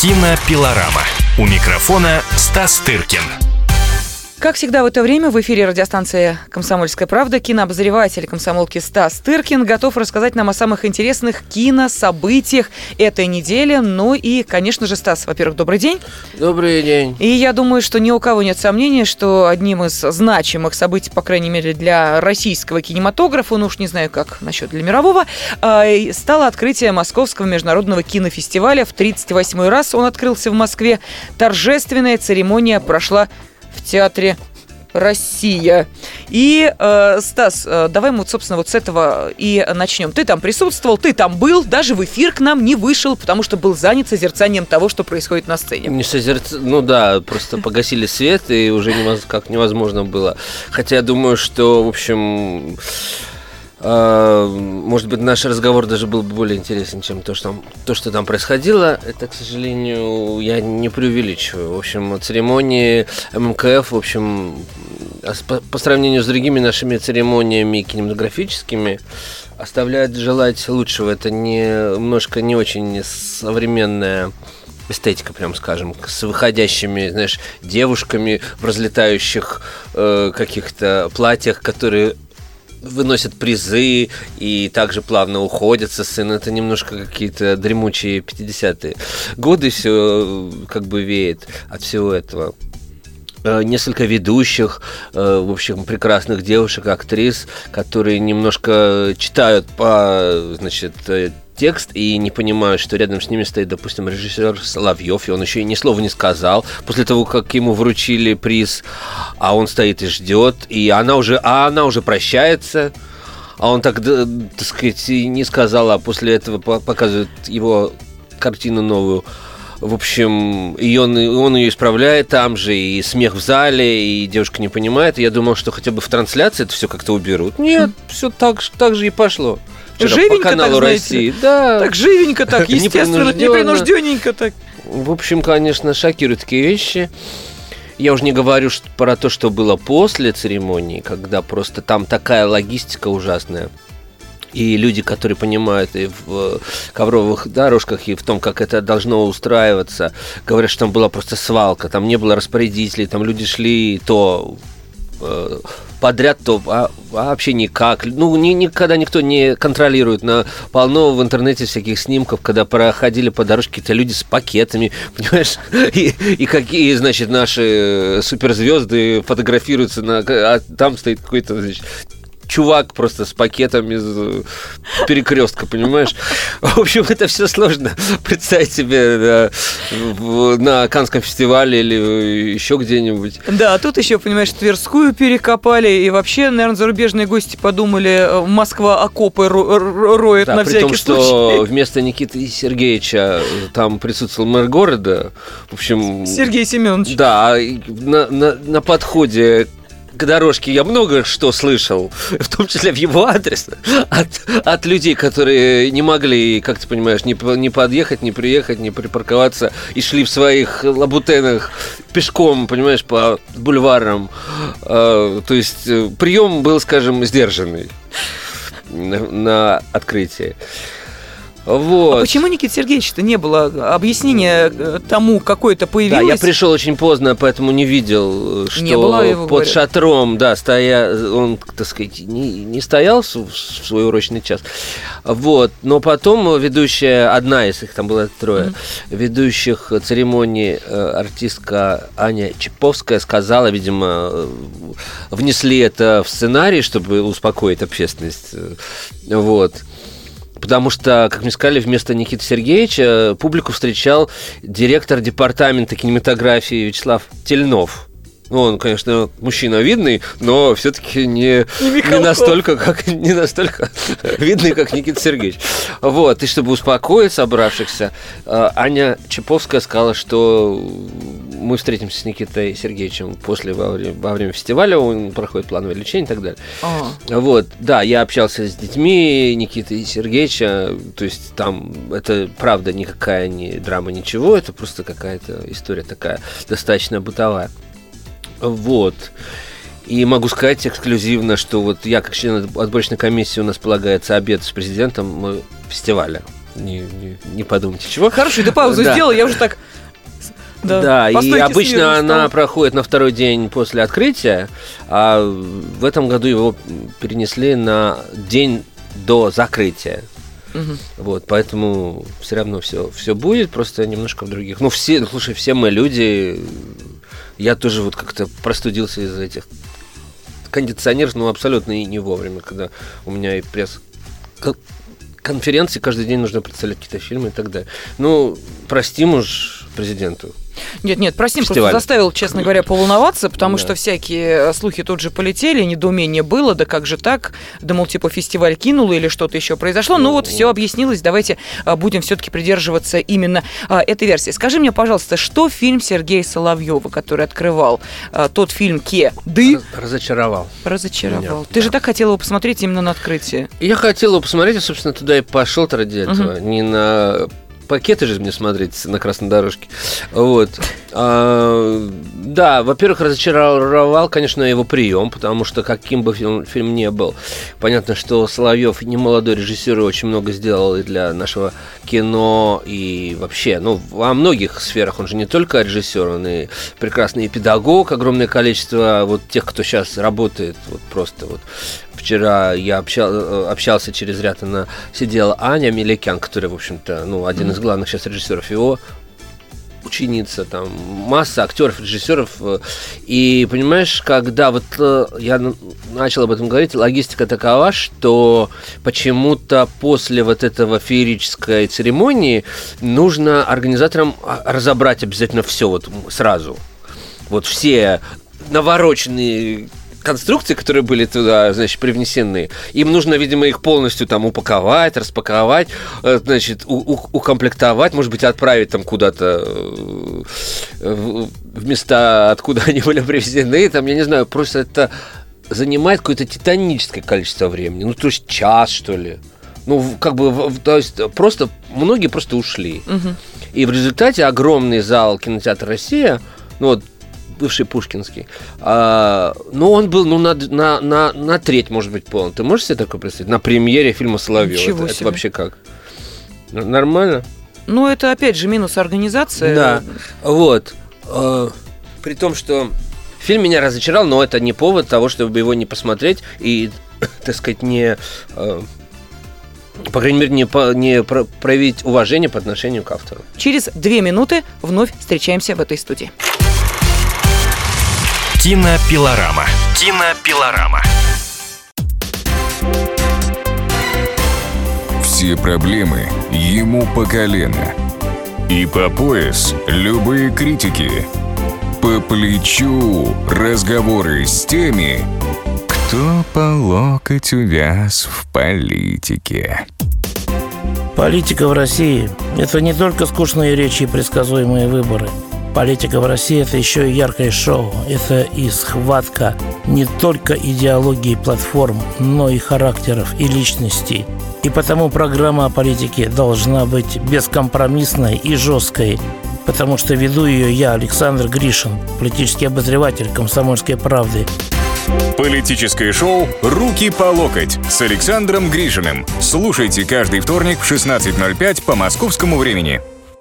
Кинопилорама. У микрофона Стас Тыркин. Как всегда в это время в эфире радиостанции «Комсомольская правда» кинообозреватель комсомолки Стас Тыркин готов рассказать нам о самых интересных кинособытиях этой недели. Ну и, конечно же, Стас, во-первых, добрый день. Добрый день. И я думаю, что ни у кого нет сомнений, что одним из значимых событий, по крайней мере, для российского кинематографа, ну уж не знаю, как насчет для мирового, стало открытие Московского международного кинофестиваля. В 38-й раз он открылся в Москве. Торжественная церемония прошла в Театре «Россия». И, Стас, давай мы, собственно, с этого и начнем. Ты там присутствовал, ты там был, даже в эфир к нам не вышел, потому что был занят созерцанием того, что происходит на сцене. Ну да, просто погасили свет, и уже как невозможно было. Хотя я думаю, что, в общем... может быть, наш разговор даже был бы более интересен, чем то, что там происходило. Это, к сожалению, я не преувеличиваю. В общем, церемонии ММКФ, в общем, по сравнению с другими нашими церемониями кинематографическими, оставляет желать лучшего. Это немножко не очень современная эстетика, прям скажем, с выходящими, знаешь, девушками в разлетающих каких-то платьях, которые выносят призы и также плавно уходят со сцены. Это немножко какие-то дремучие 50-е годы, все как бы веет от всего этого. Несколько ведущих, в общем, прекрасных девушек, актрис, которые немножко читают текст и не понимают, что рядом с ними стоит, допустим, режиссер Соловьев, и он еще и ни слова не сказал после того, как ему вручили приз, а он стоит и ждет, и она уже прощается, а он так сказать, не сказал, а после этого показывает его картину новую. В общем, и он ее исправляет там же, и смех в зале, и девушка не понимает. И я думал, что хотя бы в трансляции это все как-то уберут. Нет, все так же и пошло. Вчера живенько по каналу так, России. Да. Так живенько так, естественно, непринужденненько так. В общем, конечно, шокируют такие вещи. Я уже не говорю про то, что было после церемонии, когда просто там такая логистика ужасная. И люди, которые понимают и в ковровых дорожках, и в том, как это должно устраиваться, говорят, что там была просто свалка, там не было распорядителей, там люди шли то подряд, то вообще никак. Ну, никогда никто не контролирует. Полно в интернете всяких снимков, когда проходили по дорожке какие-то люди с пакетами, понимаешь? И какие, значит, наши суперзвезды фотографируются, а там стоит какой-то, значит, чувак просто с пакетом из перекрестка, понимаешь? В общем, это все сложно представить себе на Каннском фестивале или еще где-нибудь. Да, а тут еще, понимаешь, Тверскую перекопали, и вообще, наверное, зарубежные гости подумали, Москва окопы роет, да, на всякий случай. При том, что вместо Никиты Сергеевича там присутствовал мэр города, в общем... Сергей Семенович. Да, на подходе к дорожке я много что слышал, в том числе в его адрес, от людей, которые не могли, как ты понимаешь, не подъехать, не приехать, не припарковаться и шли в своих лабутенах пешком, понимаешь, по бульварам. То есть прием был, скажем, сдержанный на открытии. Вот. А почему, Никита Сергеевич-то не было объяснения тому, какое-то появилось? Да, я пришел очень поздно, поэтому не видел, что не было его, под говорят. Шатром, да, он, так сказать, не стоял в свой урочный час. Вот. Но потом ведущая, одна из их, там было трое, ведущих церемонии, артистка Аня Чиповская сказала, видимо, внесли это в сценарий, чтобы успокоить общественность. Вот. Потому что, как мне сказали, вместо Никиты Сергеевича публику встречал директор департамента кинематографии Вячеслав Тельнов. Он, конечно, мужчина видный, но все-таки не настолько видный, как Никита Сергеевич. Вот. И чтобы успокоить собравшихся, Аня Чиповская сказала, что мы встретимся с Никитой Сергеевичем во время фестиваля, он проходит плановое лечение и так далее. Вот. Да, я общался с детьми Никиты Сергеевича, то есть там это правда никакая не драма, ничего, это просто какая-то история такая достаточно бытовая. Вот. И могу сказать эксклюзивно, что вот я, как член отборочной комиссии, у нас полагается обед с президентом фестиваля. Не подумайте, чего. Хорошо, ты паузу сделал, я уже так Да, и обычно она проходит на второй день после открытия, а в этом году его перенесли на день до закрытия. Вот, поэтому все равно все будет, просто немножко в других. Ну, все мы люди. Я тоже вот как-то простудился из-за этих кондиционеров, но абсолютно и не вовремя, когда у меня и пресс-конференции, каждый день нужно представлять какие-то фильмы и так далее. Ну, простим уж президенту. Нет, прости, просто заставил, честно говоря, поволноваться, потому что всякие слухи тут же полетели, недоумение было, да как же так, да, мол, типа фестиваль кинуло или что-то еще произошло. Ну вот все объяснилось, давайте будем все-таки придерживаться именно этой версии. Скажи мне, пожалуйста, что фильм Сергея Соловьева, который открывал тот фильм «Кеды»? Разочаровал. Меня, Ты же так хотел его посмотреть именно на открытии. Я хотел его посмотреть, я, собственно, туда и пошел ради этого, не на... Пакеты же мне смотреть на красной дорожке. Вот. Да, во-первых, разочаровал, конечно, его прием, потому что каким бы фильм ни был, понятно, что Соловьев не молодой режиссер и очень много сделал и для нашего кино, и вообще, ну, во многих сферах. Он же не только режиссер, он и прекрасный педагог, огромное количество вот тех, кто сейчас работает, вот просто вот. Вчера я общался через ряд, она сидела Аня Меликян, которая, в общем-то, ну, один из главных сейчас режиссеров, его ученица, там, масса актеров, режиссеров. И, понимаешь, когда вот я начал об этом говорить, логистика такова, что почему-то после вот этого феерической церемонии нужно организаторам разобрать обязательно все вот сразу. Вот все навороченные конструкции, которые были туда, значит, привнесены, им нужно, видимо, их полностью там упаковать, распаковать, значит, укомплектовать, может быть, отправить там куда-то в места, откуда они были привезены, там, я не знаю, просто это занимает какое-то титаническое количество времени, ну, то есть час, что ли. Ну, как бы, то есть, просто, многие просто ушли. И в результате огромный зал кинотеатра «Россия», ну, вот, бывший Пушкинский. Но он был на треть, может быть, полон. Ты можешь себе такое представить? На премьере фильма Соловьева. Это вообще как? Нормально? Ну, это, опять же, минус организации. Да, вот. При том, что фильм меня разочаровал, но это не повод того, чтобы его не посмотреть и, так сказать, не... По крайней мере, не проявить уважение по отношению к автору. Через 2 минуты вновь встречаемся в этой студии. Кинопилорама. Все проблемы ему по колено. И по пояс любые критики. По плечу разговоры с теми, кто по локоть увяз в политике. Политика в России – это не только скучные речи и предсказуемые выборы. Политика в России – это еще и яркое шоу. Это и схватка не только идеологии платформ, но и характеров и личностей. И потому программа о политике должна быть бескомпромиссной и жесткой, потому что веду ее я, Александр Гришин, политический обозреватель «Комсомольской правды». Политическое шоу «Руки по локоть» с Александром Гришиным. Слушайте каждый вторник в 16:05 по московскому времени.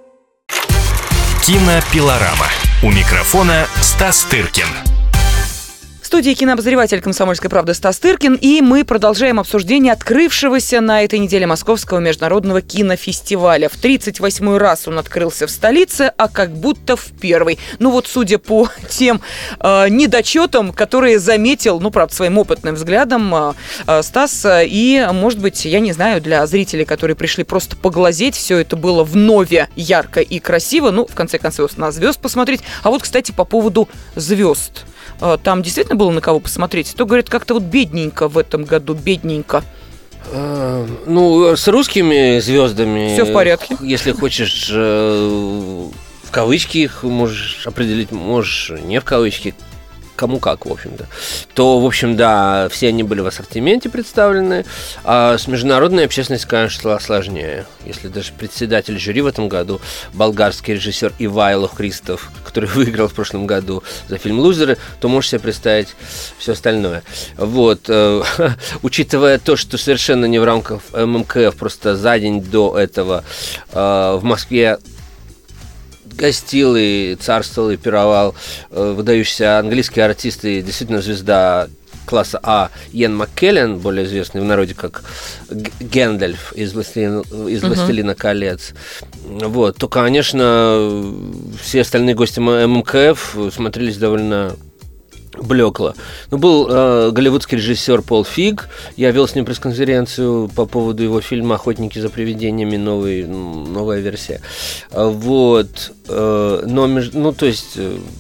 Кинопилорама. У микрофона Стас Тыркин. В студии кинообозреватель «Комсомольской правды» Стас Тыркин, и мы продолжаем обсуждение открывшегося на этой неделе Московского международного кинофестиваля. В 38-й раз он открылся в столице, а как будто в первый. Ну вот, судя по тем недочетам, которые заметил, ну, правда, своим опытным взглядом Стас, и, может быть, я не знаю, для зрителей, которые пришли просто поглазеть, все это было вновь ярко и красиво, ну, в конце концов, на звезд посмотреть. А вот, кстати, по поводу звезд. Там действительно было на кого посмотреть? То, говорят, как-то вот бедненько в этом году, бедненько. Ну, с русскими звездами... Все в порядке. Если хочешь, в кавычки их можешь определить, можешь не в кавычки, кому как, в общем-то. То, в общем, да, все они были в ассортименте представлены, а с международной общественностью, конечно, сложнее. Если даже председатель жюри в этом году, болгарский режиссер Ивайло Христов, который выиграл в прошлом году за фильм «Лузеры», то можешь себе представить все остальное. Вот. Учитывая то, что совершенно не в рамках ММКФ, просто за день до этого в Москве гостил и царствовал, и пировал выдающийся английский артист и действительно звезда класса А Иэн Маккеллен, более известный в народе как Гэндальф из «Властелина колец», вот, то, конечно, все остальные гости ММКФ смотрелись довольно блекло. Ну, был голливудский режиссер Пол Фиг. Я вел с ним пресс-конференцию по поводу его фильма «Охотники за привидениями», новая версия. Вот. Но, то есть,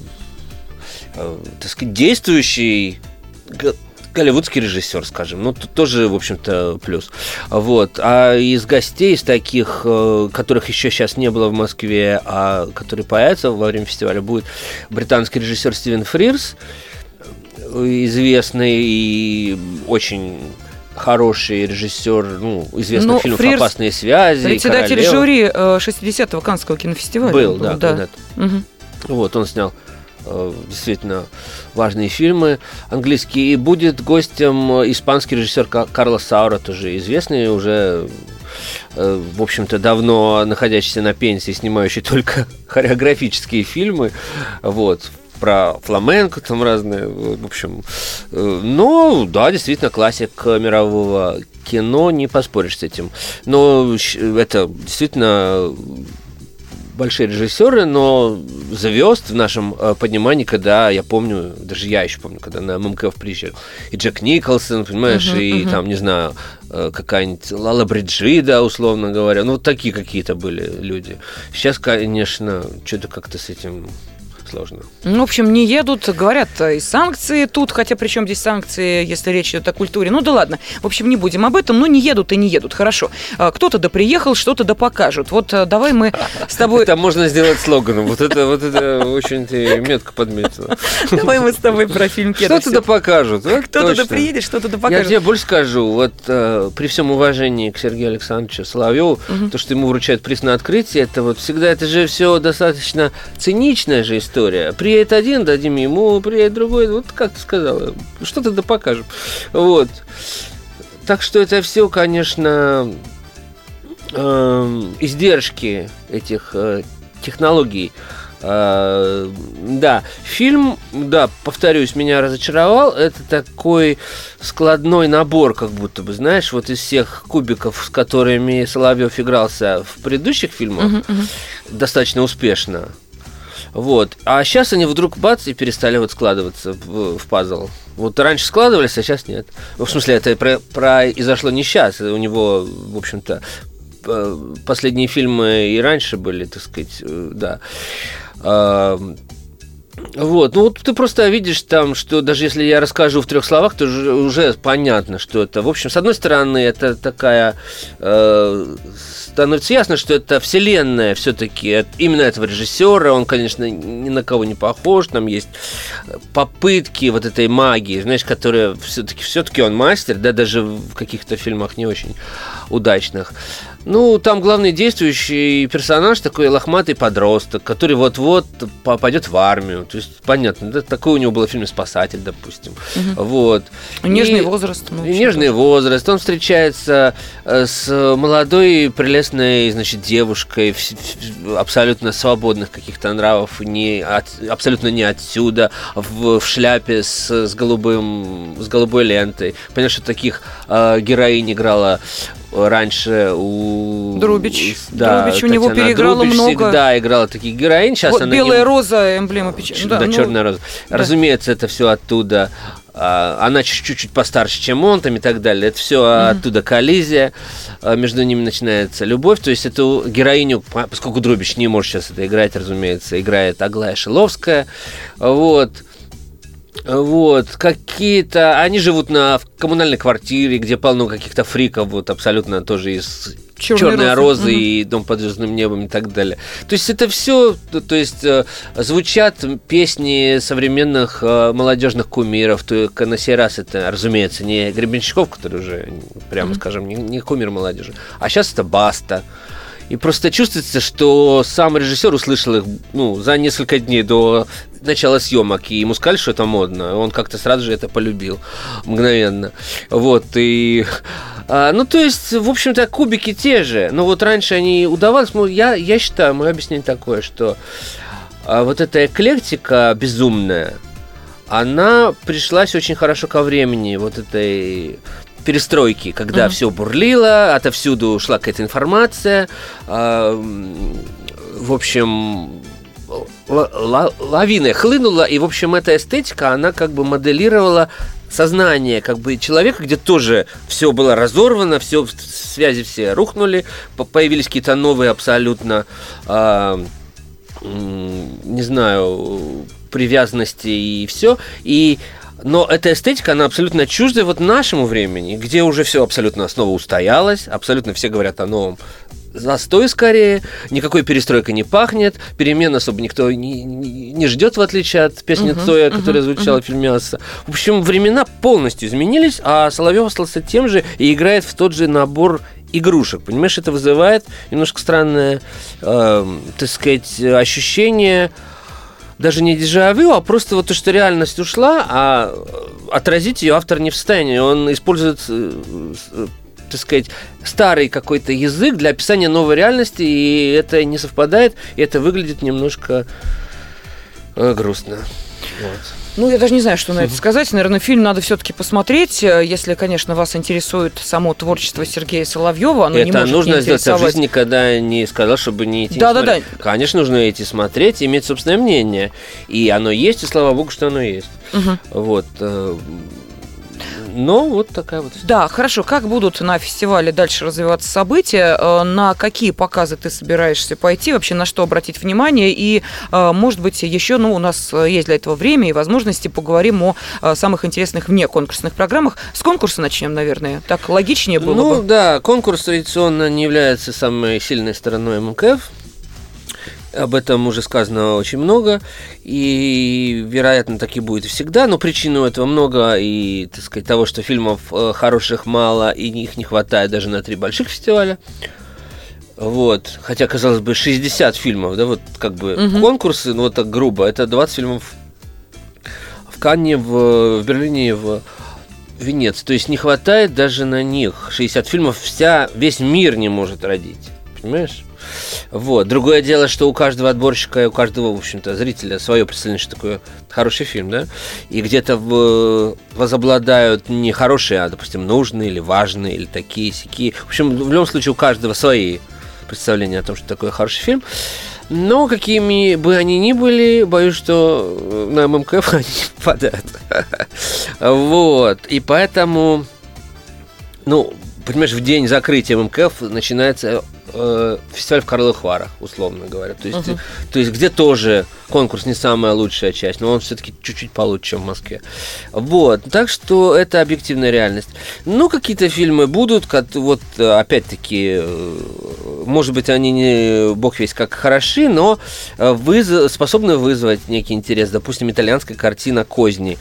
так сказать, действующий голливудский режиссер, скажем. Ну, тут тоже, в общем-то, плюс. Вот. А из гостей, из таких, которых еще сейчас не было в Москве, а которые появятся во время фестиваля, будет британский режиссер Стивен Фрирс, известный и очень хороший режиссер, известных фильмов Фрирс, «Опасные связи», председатель «Королева». жюри 60-го Каннского кинофестиваля. Был, да. Угу. Вот, он снял действительно важные фильмы английские. И будет гостем испанский режиссер Карлос Саура, тоже известный, уже, в общем-то, давно находящийся на пенсии, снимающий только хореографические фильмы. Вот. Про фламенко там разные, в общем. Но, да, действительно, классик мирового кино, не поспоришь с этим. Но это действительно большие режиссеры, но звезд в нашем понимании, когда, я помню, даже я еще помню, когда на ММКФ приезжал, и Джек Николсон, понимаешь, и там, не знаю, какая-нибудь Лала Бриджида, условно говоря, ну, вот такие какие-то были люди. Сейчас, конечно, что-то как-то с этим сложно. Ну, в общем, не едут, говорят, и санкции тут, хотя при чем здесь санкции, если речь идет о культуре. Ну да ладно, в общем, не будем об этом, но не едут и не едут, хорошо. Кто-то да приехал, что-то да покажут. Вот давай мы с тобой... Это можно сделать слоганом, вот это очень ты метко подметила. Давай мы с тобой про фильм «Кедр». Что-то да покажут. Кто-то да приедет, что-то да покажут. Я тебе больше скажу, вот при всем уважении к Сергею Александровичу Соловьеву, то, что ему вручают приз на открытие, это вот всегда, это же все достаточно циничная же история. Приедет один, дадим ему, приедет другой, вот как ты сказала, что-то да покажем. Вот. Так что это все, конечно, издержки этих технологий. Да, фильм, да, повторюсь, меня разочаровал. Это такой складной набор, как будто бы, знаешь, вот из всех кубиков, с которыми Соловьев игрался в предыдущих фильмах, достаточно успешно. Вот. А сейчас они вдруг бац и перестали вот складываться в пазл. Вот раньше складывались, а сейчас нет. В смысле, это произошло не сейчас. У него, в общем-то, последние фильмы и раньше были, так сказать, да. Вот, ну вот ты просто видишь там, что даже если я расскажу в 3 словах, то уже понятно, что это. В общем, с одной стороны, это такая... становится ясно, что это вселенная все-таки именно этого режиссера. Он, конечно, ни на кого не похож. Там есть попытки вот этой магии, знаешь, которая все-таки он мастер, да, даже в каких-то фильмах не очень удачных. Ну, там главный действующий персонаж такой лохматый подросток, который вот-вот попадет в армию. То есть, понятно, да, такой у него был в фильме «Спасатель», допустим. Вот. Нежный возраст. Нежный возраст. Он встречается с молодой, прелестной, значит, девушкой, абсолютно свободных каких-то нравов, абсолютно не отсюда, в шляпе с голубой лентой. Понятно, что таких героинь играла раньше у... Друбич. Да, Друбич у него переиграла Друбич много. всегда играла таких героинь. Сейчас вот она белая роза, эмблема печати. Да, черная роза. Да. Разумеется, это все оттуда. Она чуть-чуть постарше, чем он, там и так далее. Это все оттуда коллизия. Между ними начинается любовь. То есть эту героиню, поскольку Друбич не может сейчас это играть, разумеется, играет Аглая Шиловская. Вот. Вот, какие-то... Они живут в коммунальной квартире, где полно каких-то фриков, вот абсолютно тоже из «Черной розы» и «Дом под звездным небом» и так далее. То есть это все, то есть звучат песни современных молодежных кумиров. Только на сей раз это, разумеется, не Гребенщиков, который уже, прямо скажем, не кумир молодежи, а сейчас это Баста. И просто чувствуется, что сам режиссер услышал их за несколько дней до начала съемок, и ему сказали, что это модно. Он как-то сразу же это полюбил мгновенно. Вот, и... то есть, в общем-то, кубики те же. Но вот раньше они удавались. Я считаю, мое объяснение такое, что вот эта эклектика безумная, она пришлась очень хорошо ко времени вот этой перестройки, когда все бурлило, отовсюду шла какая-то информация, в общем, лавина хлынула, и, в общем, эта эстетика, она как бы моделировала сознание как бы человека, где тоже все было разорвано, все связи все рухнули, появились какие-то новые абсолютно, не знаю, привязанности и все, но эта эстетика, она абсолютно чуждая вот нашему времени, где уже все абсолютно снова устоялось, абсолютно все говорят о новом застой скорее, никакой перестройкой не пахнет, перемен особо никто не ждет, в отличие от песни Цоя, которая звучала в фильме «Асса». В общем, времена полностью изменились, а Соловьев остался тем же и играет в тот же набор игрушек. Понимаешь, это вызывает немножко странное, так сказать, ощущение даже не дежавю, а просто вот то, что реальность ушла, а отразить ее автор не в состоянии. Он использует, так сказать, старый какой-то язык для описания новой реальности, и это не совпадает, и это выглядит немножко грустно. Вот. Я даже не знаю, что на это сказать. Наверное, фильм надо все-таки посмотреть, если, конечно, вас интересует само творчество Сергея Соловьева. Оно это не может нужно не сделать. Я в интересовать. жизни никогда не сказал, чтобы не идти. Да. Конечно, нужно идти смотреть, иметь собственное мнение. И оно есть, и слава богу, что оно есть. Вот. Но вот такая вот история. Да, хорошо. Как будут на фестивале дальше развиваться события? На какие показы ты собираешься пойти? Вообще на что обратить внимание? И, может быть, еще у нас есть для этого время и возможности, поговорим о самых интересных внеконкурсных программах. С конкурса начнем, наверное. Так логичнее было бы. Да, конкурс традиционно не является самой сильной стороной МКФ. Об этом уже сказано очень много, и, вероятно, так и будет всегда, но причин у этого много, и, так сказать, того, что фильмов хороших мало, и их не хватает даже на 3 больших фестиваля. Вот. Хотя, казалось бы, 60 фильмов, да, вот как бы конкурсы, вот так грубо, это 20 фильмов в Канне, в Берлине, в Венеции. То есть не хватает даже на них 60 фильмов, весь мир не может родить, понимаешь? Вот. Другое дело, что у каждого отборщика и у каждого, в общем-то, зрителя свое представление, что такое хороший фильм, да? И где-то возобладают не хорошие, а, допустим, нужные или важные, или такие-сякие. В общем, в любом случае у каждого свои представления о том, что такое хороший фильм. Но какими бы они ни были, боюсь, что на МКФ они не попадают. Вот. И поэтому, понимаешь, в день закрытия МКФ начинается фестиваль в Карловых Варах, условно говоря. То есть где тоже конкурс не самая лучшая часть, но он все-таки чуть-чуть получше, чем в Москве. Вот. Так что это объективная реальность. Какие-то фильмы будут, вот опять-таки, может быть, они не бог весть как хороши, но способны вызвать некий интерес. Допустим, итальянская картина «Козни».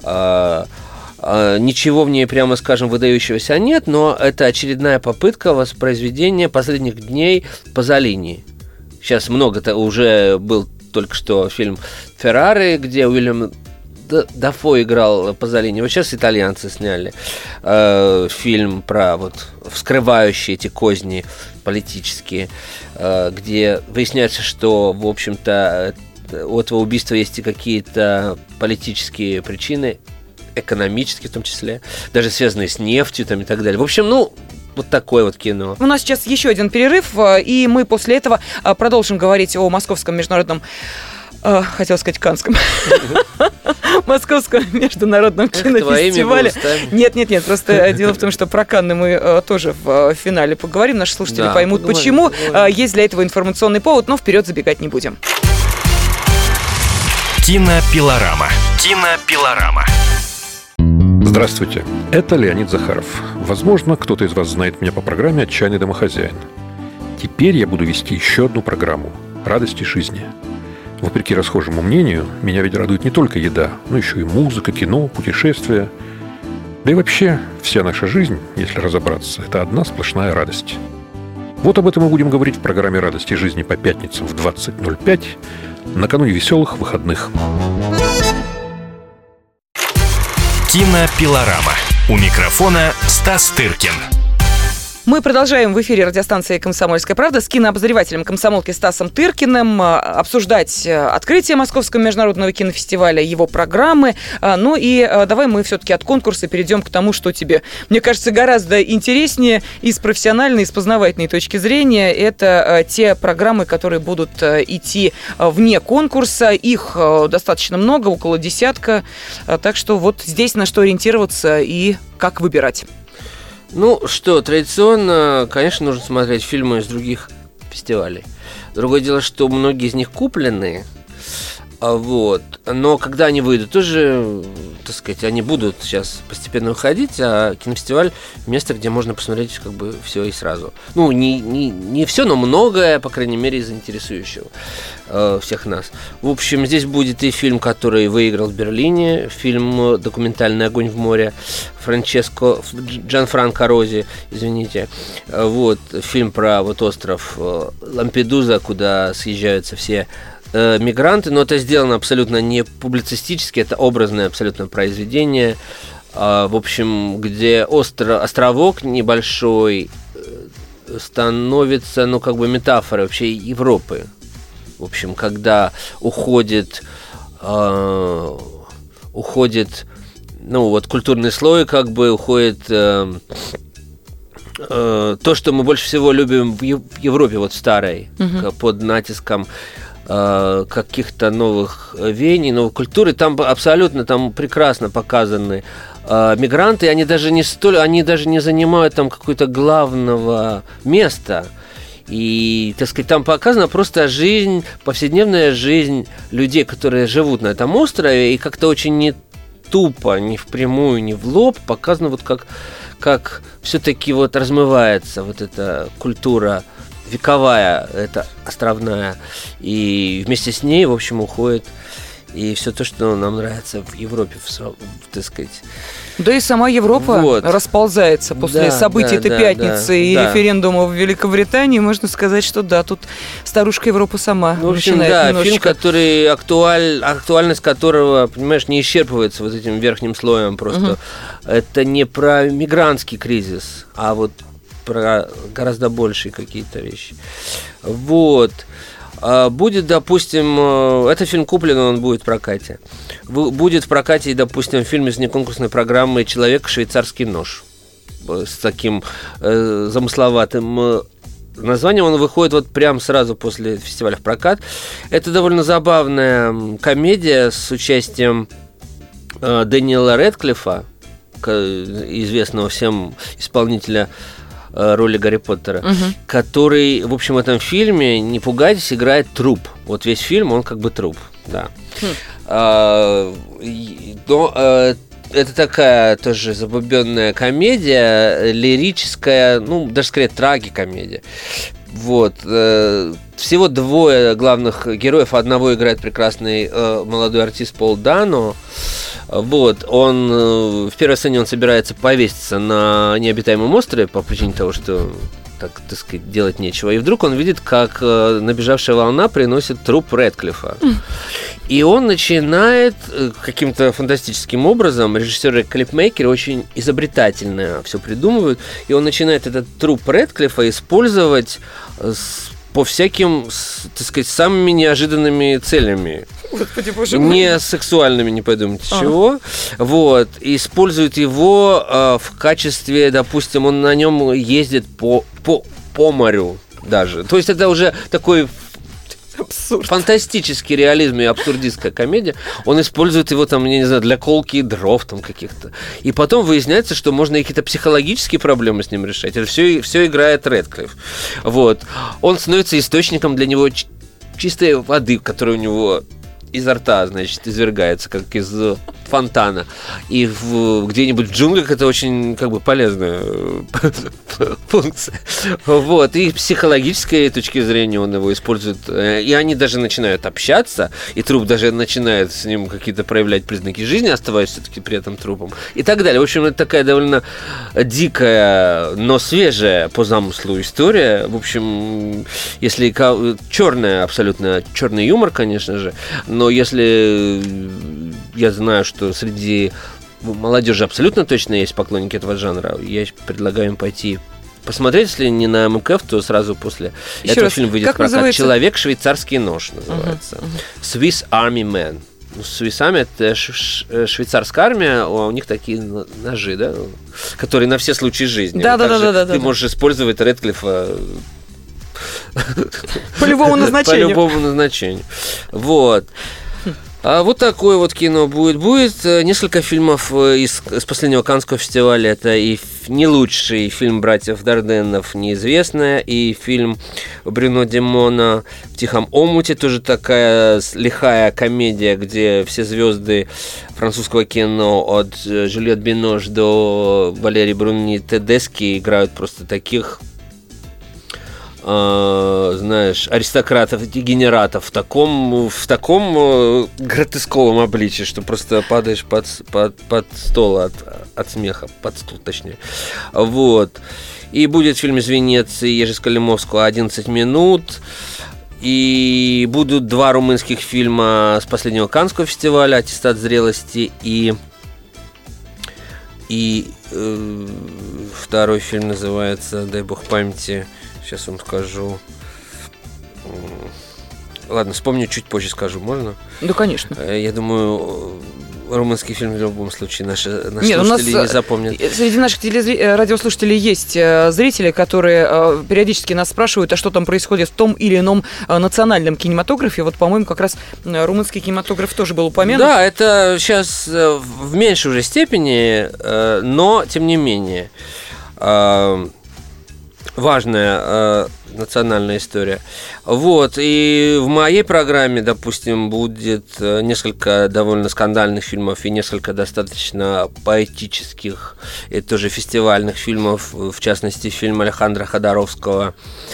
Ничего в ней, прямо скажем, выдающегося нет, но это очередная попытка воспроизведения последних дней Пазолини. Сейчас уже был только что фильм «Феррари», где Уильям Дафо играл Пазолини. Вот сейчас итальянцы сняли фильм про вскрывающие эти козни политические, где выясняется, что, в общем-то, у этого убийства есть и какие-то политические причины, экономические в том числе, даже связанные с нефтью и так далее. В общем, вот такое вот кино. У нас сейчас еще один перерыв, и мы после этого продолжим говорить о Московском международном, хотела сказать, Каннском, Московском международном кинофестивале. Нет, просто дело в том, что про Канны мы тоже в финале поговорим, наши слушатели поймут, почему. Есть для этого информационный повод, но вперед забегать не будем. Кинопилорама. Здравствуйте, это Леонид Захаров. Возможно, кто-то из вас знает меня по программе «Отчаянный домохозяин». Теперь я буду вести еще одну программу «Радости жизни». Вопреки расхожему мнению, меня ведь радует не только еда, но еще и музыка, кино, путешествия. Да и вообще, вся наша жизнь, если разобраться, это одна сплошная радость. Вот об этом мы будем говорить в программе «Радости жизни» по пятницам в 20:05, накануне веселых выходных. Кинопилорама. У микрофона Стас Тыркин. Мы продолжаем в эфире радиостанции «Комсомольская правда» с кинообозревателем комсомолки Стасом Тыркиным обсуждать открытие Московского международного кинофестиваля, его программы. Ну и давай мы все-таки от конкурса перейдем к тому, что тебе, мне кажется, гораздо интереснее и с профессиональной, и с познавательной точки зрения. Это те программы, которые будут идти вне конкурса. Их достаточно много, около десятка. Так что вот здесь на что ориентироваться и как выбирать. Ну что, традиционно, конечно, нужно смотреть фильмы из других фестивалей. Другое дело, что многие из них куплены, вот. Но когда они выйдут, тоже, так сказать, они будут сейчас постепенно выходить, а кинофестиваль – место, где можно посмотреть как бы все и сразу. Ну, не все, но многое, по крайней мере, из интересующего всех нас. В общем, здесь будет и фильм, который выиграл в Берлине, фильм «Документальный огонь в море» Джанфранко Рози, извините. Вот, фильм про вот остров Лампедуза, куда съезжаются все мигранты, но это сделано абсолютно не публицистически, это образное абсолютно произведение, в общем, где островок небольшой становится, ну, как бы метафорой вообще Европы. В общем, когда уходит, ну, вот культурный слой, как бы уходит то, что мы больше всего любим в Европе, вот в старой, под натиском каких-то новых веяний, новой культуры. Там абсолютно там прекрасно показаны мигранты, они даже не занимают там какое-то главного места. И, так сказать, там показана просто жизнь, повседневная жизнь людей, которые живут на этом острове, и как-то очень не тупо, не впрямую, не в лоб показано вот как все-таки вот размывается вот эта культура вековая, это островная, и вместе с ней, в общем, уходит и все то, что нам нравится в Европе, так сказать. Да и сама Европа вот расползается после событий этой пятницы и референдума в Великобритании. Можно сказать, что да, тут старушка Европа сама начинает немножечко. Фильм, который актуальность которого, понимаешь, не исчерпывается вот этим верхним слоем просто. Это не про мигрантский кризис, а вот про гораздо большие какие-то вещи. Вот. Будет, допустим, этот фильм куплен, он будет в прокате. Будет в прокате, допустим, фильм из неконкурсной программы «Человек. Швейцарский нож». С таким замысловатым названием. Он выходит вот прямо сразу после фестиваля в прокат. Это довольно забавная комедия с участием Дэниела Рэдклиффа, известного всем исполнителя роли Гарри Поттера, который, в общем, в этом фильме, не пугайтесь, играет труп. Вот весь фильм, он как бы труп, да. Но это такая тоже забубенная комедия, лирическая, ну, даже скорее трагикомедия. Вот. Всего двое главных героев. Одного играет прекрасный молодой артист Пол Дано. Вот, он в первой сцене он собирается повеситься на необитаемом острове по причине того, что, так сказать, делать нечего. И вдруг он видит, как набежавшая волна приносит труп Рэдклиффа. И он начинает каким-то фантастическим образом, режиссеры клипмейкеры очень изобретательно все придумывают, и он начинает этот труп Рэдклиффа использовать по всяким, так сказать, самыми неожиданными целями. Господи, боже мой. Не сексуальными, не подумайте чего. Вот. И используют его в качестве, допустим, он на нем ездит по морю даже. То есть это уже такой абсурд. Фантастический реализм и абсурдистская комедия. Он использует его там, я не знаю, для колки дров там каких-то. И потом выясняется, что можно и какие-то психологические проблемы с ним решать. Это все играет Рэдклифф. Вот. Он становится источником для него чистой воды, которая у него изо рта, значит, извергается, как из фонтана. И где-нибудь в джунглях это очень как бы полезная функция. Вот. И с психологической точки зрения он его использует. И они даже начинают общаться, и труп даже начинает с ним какие-то проявлять признаки жизни, оставаясь все-таки при этом трупом. И так далее. В общем, это такая довольно дикая, но свежая по замыслу история. В общем, если черная, абсолютно черный юмор, конечно же, но если я знаю, что среди молодежи абсолютно точно есть поклонники этого жанра, я предлагаю им пойти посмотреть, если не на МКФ, то сразу после этого фильм выйдет в прокат. Называется? «Человек, швейцарский нож» называется. Swiss Army Man. С Suisse это швейцарская армия, а у них такие ножи, да, которые на все случаи жизни. Да. Ты можешь использовать Рэдклиффа по любому назначению. По любому назначению. Вот. А вот такое вот кино будет. Будет несколько фильмов из последнего Каннского фестиваля. Это и не лучший фильм «Братьев Дарденов» «Неизвестная», и фильм Брюно Демона «В тихом омуте», тоже такая лихая комедия, где все звезды французского кино от Жюльет Бинош до Валерии Бруни Тедески играют просто таких, знаешь, аристократов и дегенератов в таком гротесковом обличии, что просто падаешь под стол от смеха, под стул, точнее. Вот. И будет фильм из Венеции Ежи Скалимовского «11 минут». И будут 2 румынских фильма с последнего Каннского фестиваля «Аттестат зрелости» и второй фильм называется, дай бог памяти, сейчас вам скажу. Ладно, вспомню, чуть позже скажу, можно? Да, конечно. Я думаю, румынский фильм в любом случае наши слушатели не запомнят. Среди наших радиослушателей есть зрители, которые периодически нас спрашивают, а что там происходит в том или ином национальном кинематографе. Вот, по-моему, как раз румынский кинематограф тоже был упомянут. Да, это сейчас в меньшей уже степени, но тем не менее важная национальная история. Вот, и в моей программе, допустим, будет несколько довольно скандальных фильмов и несколько достаточно поэтических и тоже фестивальных фильмов, в частности, фильм Алехандро Ходоровского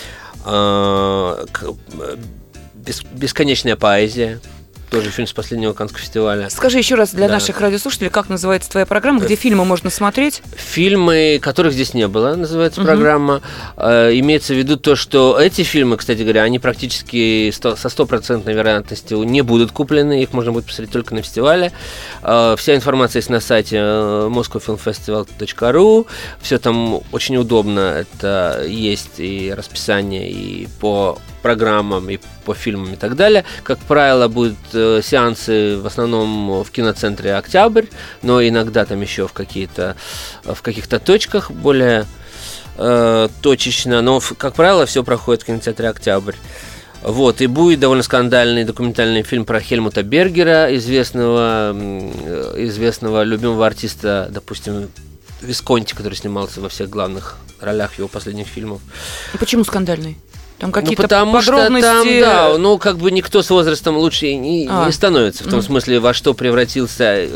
«Бесконечная поэзия». Тоже фильм с последнего Каннского фестиваля. Скажи еще раз для наших радиослушателей, как называется твоя программа, где фильмы можно смотреть? Фильмы, которых здесь не было, называется программа. Имеется в виду то, что эти фильмы, кстати говоря, они практически со стопроцентной вероятностью не будут куплены, их можно будет посмотреть только на фестивале. Вся информация есть на сайте moscowfilmfestival.ru. Все там очень удобно. Это есть и расписание, и по программам, и по фильмам и так далее. Как правило, будут сеансы в основном в киноцентре «Октябрь», но иногда там еще в каких-то точках более точечно, но, как правило, все проходит в кинотеатре «Октябрь». Вот, и будет довольно скандальный документальный фильм про Хельмута Бергера, известного любимого артиста, допустим, Висконти, который снимался во всех главных ролях его последних фильмов. Почему скандальный? Там какие-то потому подробности... что там, как бы никто с возрастом лучше не становится. В том смысле, во что превратилась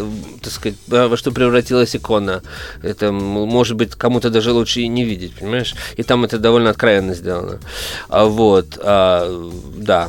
икона. Это, может быть, кому-то даже лучше и не видеть, понимаешь? И там это довольно откровенно сделано. Да.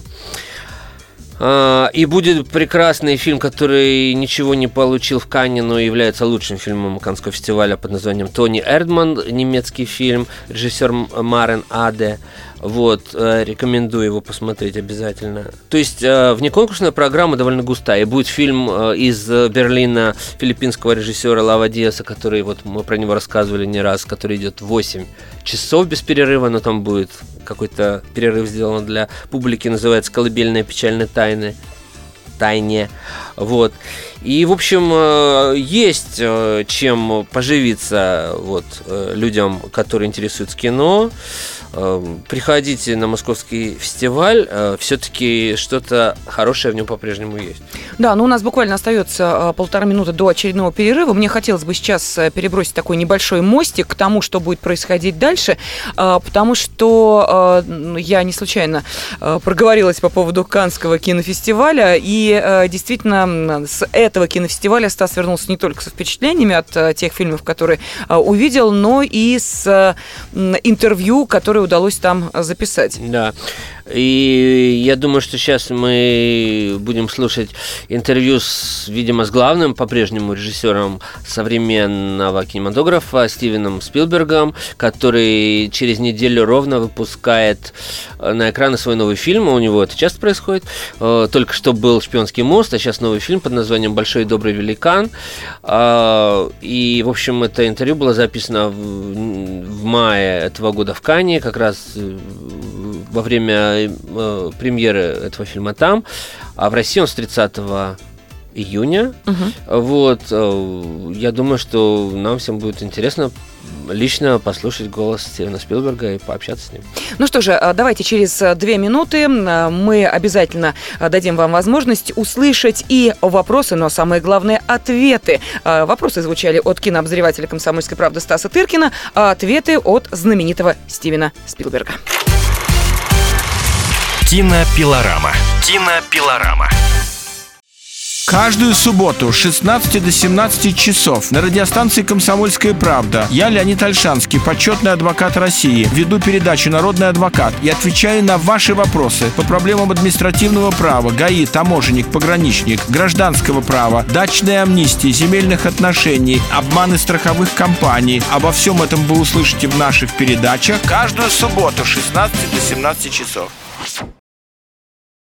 И будет прекрасный фильм, который ничего не получил в Канне, но является лучшим фильмом Каннского фестиваля под названием «Тони Эрдман», немецкий фильм, режиссер Марен Аде. Вот, рекомендую его посмотреть обязательно. То есть внеконкурсная программа довольно густая. И будет фильм из Берлина филиппинского режиссера Лава Диаса, который, вот мы про него рассказывали не раз, который идет 8 часов без перерыва, но там будет какой-то перерыв сделан для публики, называется «Колыбельная печальной тайне». Вот. И, в общем, есть чем поживиться людям, которые интересуются кино. Приходите на Московский фестиваль, все-таки что-то хорошее в нем по-прежнему есть. Да, у нас буквально остается 1,5 минуты до очередного перерыва. Мне хотелось бы сейчас перебросить такой небольшой мостик к тому, что будет происходить дальше, потому что я не случайно проговорилась по поводу Каннского кинофестиваля, и действительно с этого кинофестиваля Стас вернулся не только со впечатлениями от тех фильмов, которые увидел, но и с интервью, которые удалось там записать. Да. И я думаю, что сейчас мы будем слушать интервью, видимо, с главным по-прежнему режиссером современного кинематографа Стивеном Спилбергом, который через неделю ровно выпускает на экраны свой новый фильм. У него это часто происходит. Только что был «Шпионский мост», а сейчас новый фильм под названием «Большой и добрый великан». И, в общем, это интервью было записано в мае этого года в Канне, как раз во время премьеры этого фильма там, а в России он с 30 июня. Вот, я думаю, что нам всем будет интересно лично послушать голос Стивена Спилберга и пообщаться с ним. Ну что же, давайте через 2 минуты мы обязательно дадим вам возможность услышать и вопросы, но самое главное – ответы. Вопросы звучали от кинообозревателя «Комсомольской правды» Стаса Тыркина, а ответы от знаменитого Стивена Спилберга. Кинопилорама. Кинопилорама. Каждую субботу с 16 до 17 часов на радиостанции «Комсомольская правда» я, Леонид Ольшанский, почетный адвокат России, веду передачу «Народный адвокат» и отвечаю на ваши вопросы по проблемам административного права, ГАИ, таможенник, пограничник, гражданского права, дачной амнистии, земельных отношений, обманы страховых компаний. Обо всем этом вы услышите в наших передачах каждую субботу с 16 до 17 часов.